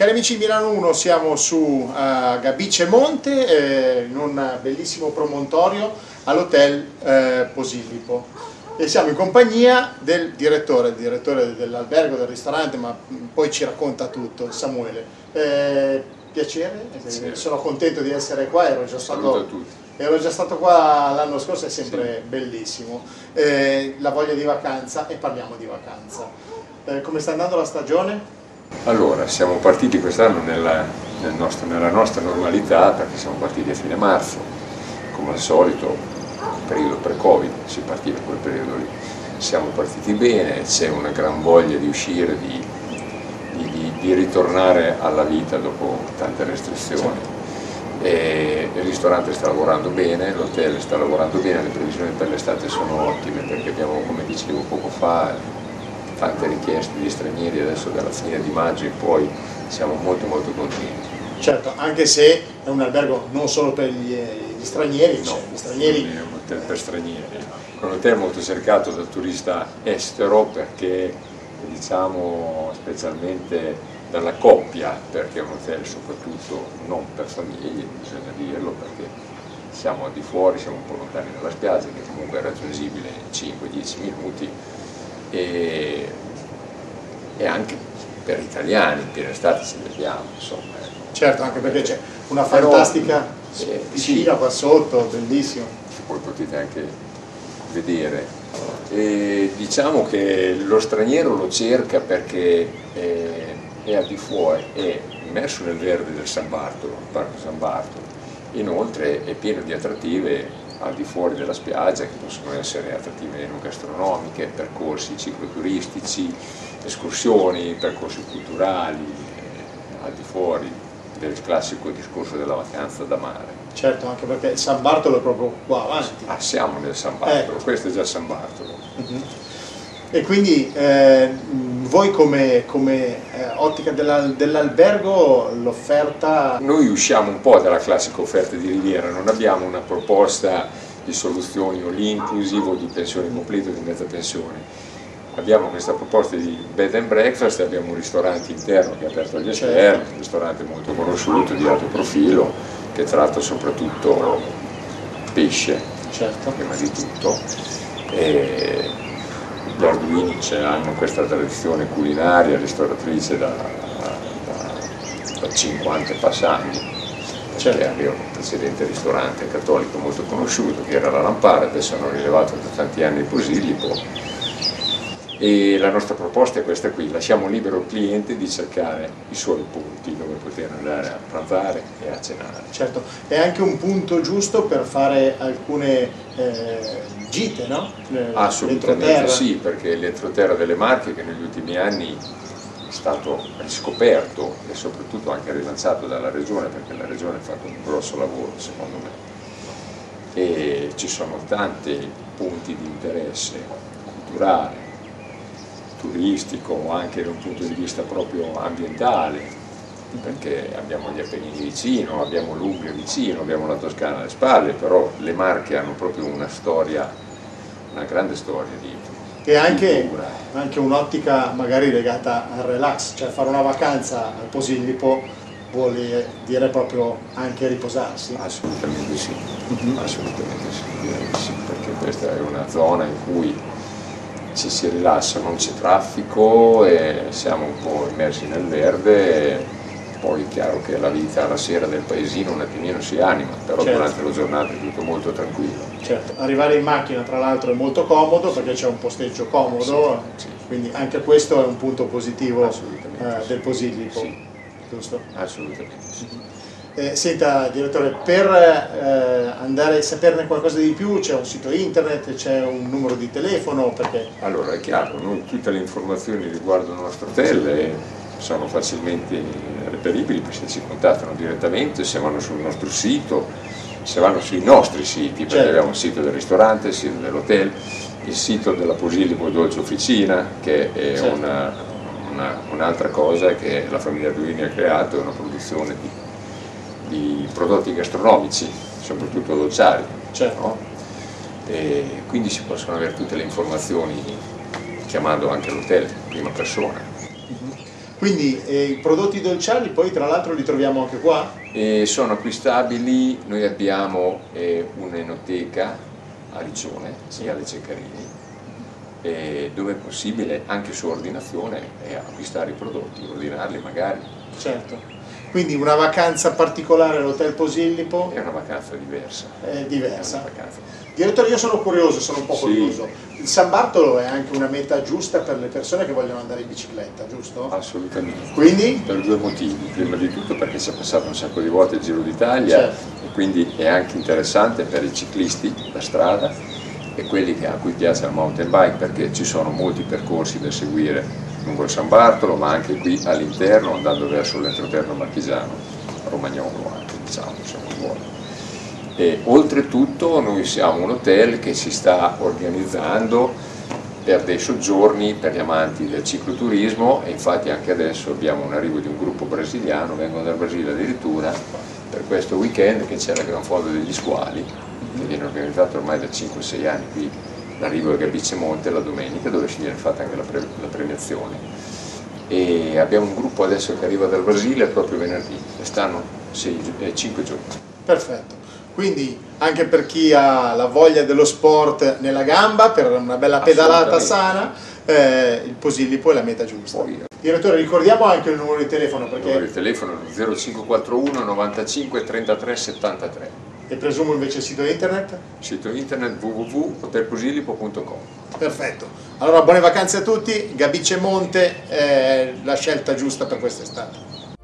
Cari amici di Milano 1, siamo su Gabice Monte, in un bellissimo promontorio all'hotel Posillipo, e siamo in compagnia del direttore dell'albergo, del ristorante, ma poi ci racconta tutto, Samuele. Piacere, sì. Sono contento di essere qua, ero già stato qua l'anno scorso, è sempre bellissimo. La voglia di vacanza, e parliamo di vacanza. Come sta andando la stagione? Allora, siamo partiti quest'anno nella nostra normalità, perché siamo partiti a fine marzo, come al solito, periodo pre-Covid, si partiva in quel periodo lì. Siamo partiti bene, c'è una gran voglia di uscire, di ritornare alla vita dopo tante restrizioni. E il ristorante sta lavorando bene, l'hotel sta lavorando bene, le previsioni per l'estate sono ottime, perché abbiamo, come dicevo poco fa, tante richieste di stranieri adesso dalla fine di maggio in poi, siamo molto contenti. Certo, anche se è un albergo non solo per gli stranieri, No, gli stranieri... non è un hotel per stranieri, è un hotel molto cercato dal turista estero, perché diciamo specialmente dalla coppia, perché è un hotel soprattutto non per famiglie, bisogna dirlo, perché siamo al di fuori, siamo un po' lontani dalla spiaggia, che comunque è raggiungibile in 5-10 minuti, e anche per italiani, in piena estate ce li abbiamo, insomma. Certo, anche perché c'è una fantastica piscina qua sotto, bellissimo. Poi potete anche vedere. E diciamo che lo straniero lo cerca perché è al di fuori, è immerso nel verde del San Bartolo, il Parco San Bartolo. Inoltre è pieno di attrattive al di fuori della spiaggia, che possono essere attrattive enogastronomiche, percorsi cicloturistici, escursioni, percorsi culturali, al di fuori del classico discorso della vacanza da mare. Certo, anche perché il San Bartolo è proprio qua avanti. Ah, siamo nel San Bartolo, questo è già San Bartolo. E quindi voi come ottica dell'albergo, l'offerta... Noi usciamo un po' dalla classica offerta di Riviera, non abbiamo una proposta di soluzioni all inclusive o di pensione completa o di mezza pensione. Abbiamo questa proposta di bed and breakfast, abbiamo un ristorante interno che è aperto agli esterni, un ristorante molto conosciuto, di alto profilo, che tratta soprattutto pesce, prima di tutto. E gli arduini hanno questa tradizione culinaria, ristoratrice da 50 passanni, perché avevano un precedente ristorante cattolico molto conosciuto che era la Lampara, adesso hanno rilevato da tanti anni il Posillipo. E la nostra proposta è questa qui: lasciamo libero il cliente di cercare i suoi punti dove poter andare a pranzare e a cenare. Certo, è anche un punto giusto per fare alcune gite, no? Assolutamente sì, perché l'entroterra delle Marche, che negli ultimi anni è stato riscoperto e soprattutto anche rilanciato dalla Regione, perché la Regione ha fatto un grosso lavoro secondo me, e ci sono tanti punti di interesse culturale, turistico, anche da un punto di vista proprio ambientale, perché abbiamo gli Appennini vicino, abbiamo l'Umbria vicino, abbiamo la Toscana alle spalle, però le Marche hanno proprio una storia, una grande storia di e anche un'ottica magari legata al relax, cioè fare una vacanza al Posillipo vuol dire proprio anche riposarsi? Assolutamente sì, assolutamente sì, direi di sì, perché questa è una zona in cui ci si rilassa, non c'è traffico e siamo un po' immersi nel verde. Poi è chiaro che la vita la sera del paesino un attimino si anima, però durante la giornata è tutto molto tranquillo. Certo, arrivare in macchina tra l'altro è molto comodo, perché c'è un posteggio comodo, quindi anche questo è un punto positivo del Posillipo, giusto? Assolutamente sì. Senta direttore, per andare a saperne qualcosa di più c'è un sito internet, c'è un numero di telefono? Perché... Allora è chiaro, noi tutte le informazioni riguardo il nostro hotel sono facilmente reperibili, perché ci contattano direttamente, se vanno sul nostro sito, se vanno sui nostri siti, perché abbiamo il sito del ristorante, il sito dell'hotel, il sito della Posillipo Dolce Officina, che è un'altra cosa che la famiglia Arduini ha creato, è una produzione di prodotti gastronomici, soprattutto dolciari, no? E quindi si possono avere tutte le informazioni chiamando anche l'hotel in prima persona. Quindi i prodotti dolciari poi tra l'altro li troviamo anche qua? Sono acquistabili, noi abbiamo un'enoteca a Riccione, sia alle Ceccarini, dove è possibile anche su ordinazione acquistare i prodotti, ordinarli magari. Certo. Quindi una vacanza particolare all'Hotel Posillipo? È una vacanza diversa. È diversa. È una vacanza. Direttore, io sono curioso, sono un po' Sì. curioso. Il San Bartolo è anche una meta giusta per le persone che vogliono andare in bicicletta, giusto? Assolutamente. Quindi? Per due motivi. Prima di tutto perché si è passato un sacco di volte il Giro d'Italia, Certo. e quindi è anche interessante per i ciclisti da strada e quelli a cui piace il mountain bike, perché ci sono molti percorsi da seguire lungo il San Bartolo, ma anche qui all'interno, andando verso l'entroterra marchigiano, romagnolo anche, diciamo, se non vuole. E oltretutto noi siamo un hotel che si sta organizzando per dei soggiorni per gli amanti del cicloturismo, e infatti anche adesso abbiamo un arrivo di un gruppo brasiliano, vengono dal Brasile addirittura, per questo weekend che c'è la Gran Fondo degli Squali, che viene organizzato ormai da 5-6 anni qui, l'arrivo a Gabice Monte la domenica, dove si viene fatta anche la premiazione. E abbiamo un gruppo adesso che arriva dal Brasile proprio venerdì, e stanno 5 giorni. Perfetto. Quindi anche per chi ha la voglia dello sport nella gamba, per una bella pedalata sana, il Posillipo è la meta giusta. Direttore, ricordiamo anche il numero di telefono, perché... Il numero di telefono è 0541 95 33 73. E presumo invece il sito internet? Sito internet www.hotelposillipo.com. Perfetto. Allora buone vacanze a tutti, Gabice Monte è la scelta giusta per quest'estate.